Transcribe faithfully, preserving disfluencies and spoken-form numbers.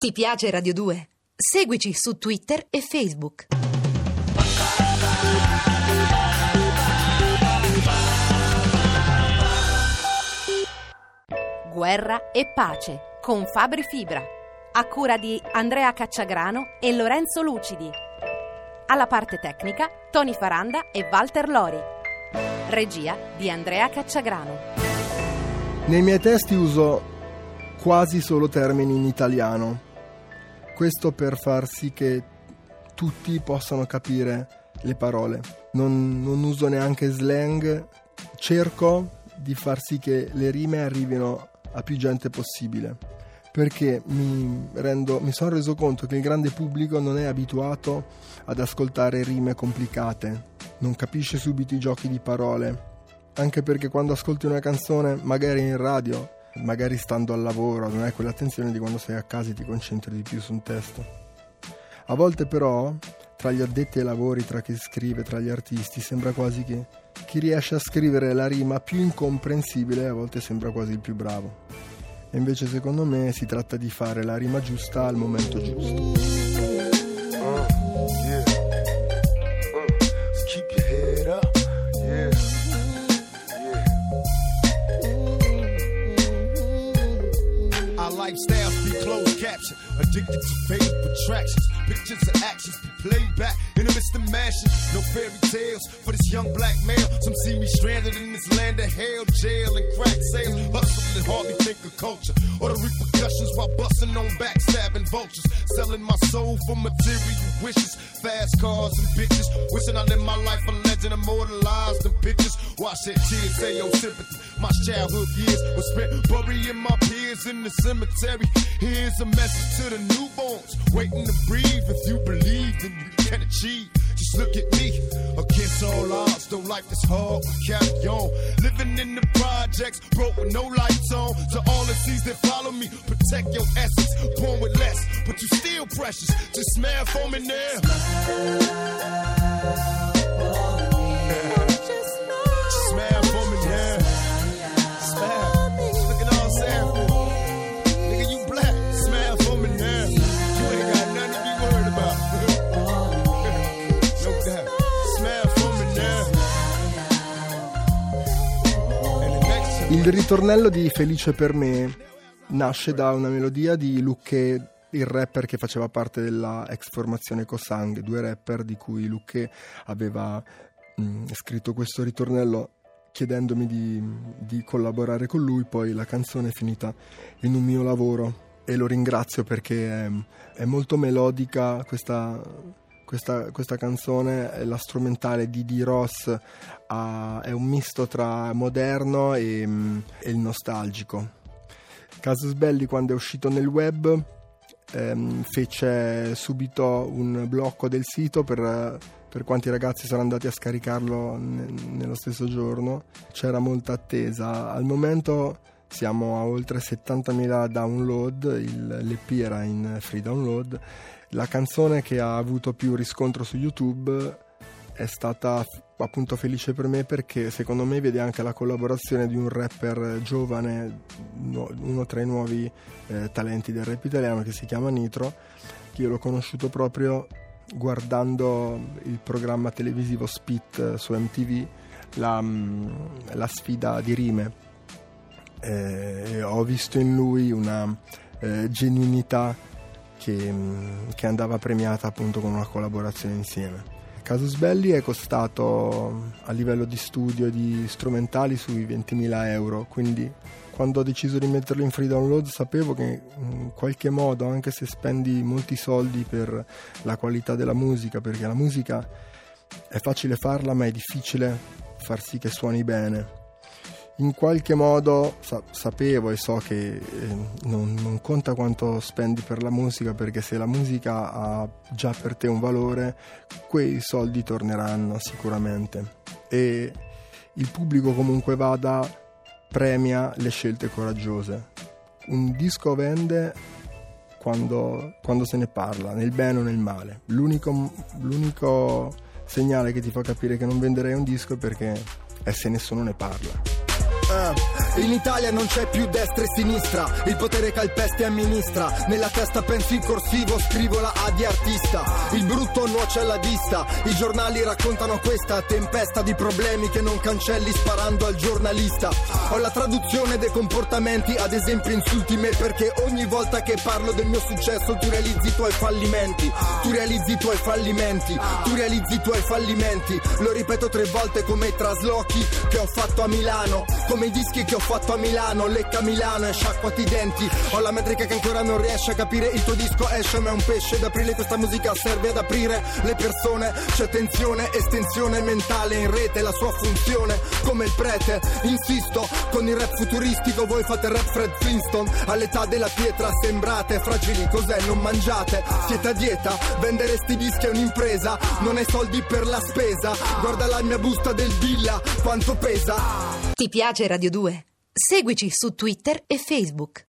Ti piace Radio due? Seguici su Twitter e Facebook. Guerra e pace con Fabri Fibra, a cura di Andrea Cacciagrano e Lorenzo Lucidi. Alla parte tecnica Tony Faranda e Walter Lori. Regia di Andrea Cacciagrano. Nei miei testi uso quasi solo termini in italiano. Questo per far sì che tutti possano capire le parole. Non, non uso neanche slang. Cerco di far sì che le rime arrivino a più gente possibile, perché mi, rendo, mi sono reso conto che il grande pubblico non è abituato ad ascoltare rime complicate, non capisce subito i giochi di parole, anche perché quando ascolti una canzone, magari in radio, magari stando al lavoro, non hai quell'attenzione di quando sei a casa e ti concentri di più su un testo. A volte però, tra gli addetti ai lavori, tra chi scrive, tra gli artisti, sembra quasi che chi riesce a scrivere la rima più incomprensibile a volte sembra quasi il più bravo. E invece secondo me si tratta di fare la rima giusta al momento giusto. Lifestyles be closed caption, addicted to fame attractions. Pictures of actions be played back in the midst of mashing. No fairy tales for this young black male. Some see me stranded in this land of hell, jail and crack sales. Hustling, hardly think of culture or the repercussions while busting on backstabbing vultures. Selling my soul for material wishes, fast cars and bitches. Wishing I lived my life a legend, immortalized in pictures. Why shed tears, say your sympathy. My childhood years were spent burying my peers in the cemetery. Here's a message to the newborns waiting to breathe. If you believe, then you can achieve. Just look at me, against all odds. Though life is hard, we carry on. Living in the projects, broke with no lights on. To all the seas that follow me, protect your essence. Born with less, but you still precious. Just smile for me now. Smile for me now. Smile. Look at all Sam. Nigga, you black. Smile for me now. You ain't got nothing to be worried about. No doubt. Smile for me now. And the next. Il ritornello di Felice per me nasce da una melodia di Lucché, il rapper che faceva parte della ex formazione Cosang, due rapper di cui Lucché aveva mh, scritto questo ritornello chiedendomi di, di collaborare con lui. Poi la canzone è finita in un mio lavoro e lo ringrazio perché è, è molto melodica questa, questa, questa canzone. La strumentale di D. Ross ha, è un misto tra moderno e, e il nostalgico. Casus Belli, quando è uscito nel web, ehm, fece subito un blocco del sito per, per quanti ragazzi sono andati a scaricarlo ne, nello stesso giorno. C'era molta attesa. Al momento siamo a oltre settantamila download, il, l'E P era in free download. La canzone che ha avuto più riscontro su YouTube è stata appunto Felice per me, perché secondo me vede anche la collaborazione di un rapper giovane, uno tra i nuovi eh, talenti del rap italiano, che si chiama Nitro, che io l'ho conosciuto proprio guardando il programma televisivo Spit su M T V, la, la sfida di rime, eh, e ho visto in lui una eh, genuinità che, che andava premiata appunto con una collaborazione insieme. Casus Belli è costato a livello di studio e di strumentali sui ventimila euro, quindi quando ho deciso di metterlo in free download sapevo che in qualche modo, anche se spendi molti soldi per la qualità della musica, perché la musica è facile farla ma è difficile far sì che suoni bene, in qualche modo sa- sapevo e so che eh, non, non conta quanto spendi per la musica, perché se la musica ha già per te un valore, quei soldi torneranno sicuramente, e il pubblico comunque vada premia le scelte coraggiose. Un disco vende quando, quando se ne parla, nel bene o nel male. L'unico, l'unico segnale che ti fa capire che non venderei un disco è perché è se nessuno ne parla. uh, in Italia non c'è più destra e sinistra, il potere calpesta e amministra, nella testa penso in corsivo, scrivo la A di artista, il brutto nuoce alla vista, i giornali raccontano questa tempesta di problemi che non cancelli sparando al giornalista. Ho la traduzione dei comportamenti, ad esempio insulti me perché ogni volta che parlo del mio successo tu realizzi i tuoi fallimenti, tu realizzi i tuoi fallimenti, tu realizzi i tuoi fallimenti. Lo ripeto tre volte come i traslochi che ho fatto a Milano, come i dischi che ho fatto a Milano, lecca Milano e sciacquati i denti. Ho la metrica che ancora non riesce a capire, il tuo disco esce ma è un pesce d'aprile, questa musica serve ad aprire le persone, c'è tensione, estensione mentale in rete, la sua funzione come il prete. Insisto con il rap futuristico, voi fate rap Fred Flintstone, all'età della pietra sembrate fragili, cos'è non mangiate, siete a dieta, vendere sti dischi è un'impresa, non hai soldi per la spesa, guarda la mia busta del Villa quanto pesa. Ti piace Radio due? Seguici su Twitter e Facebook.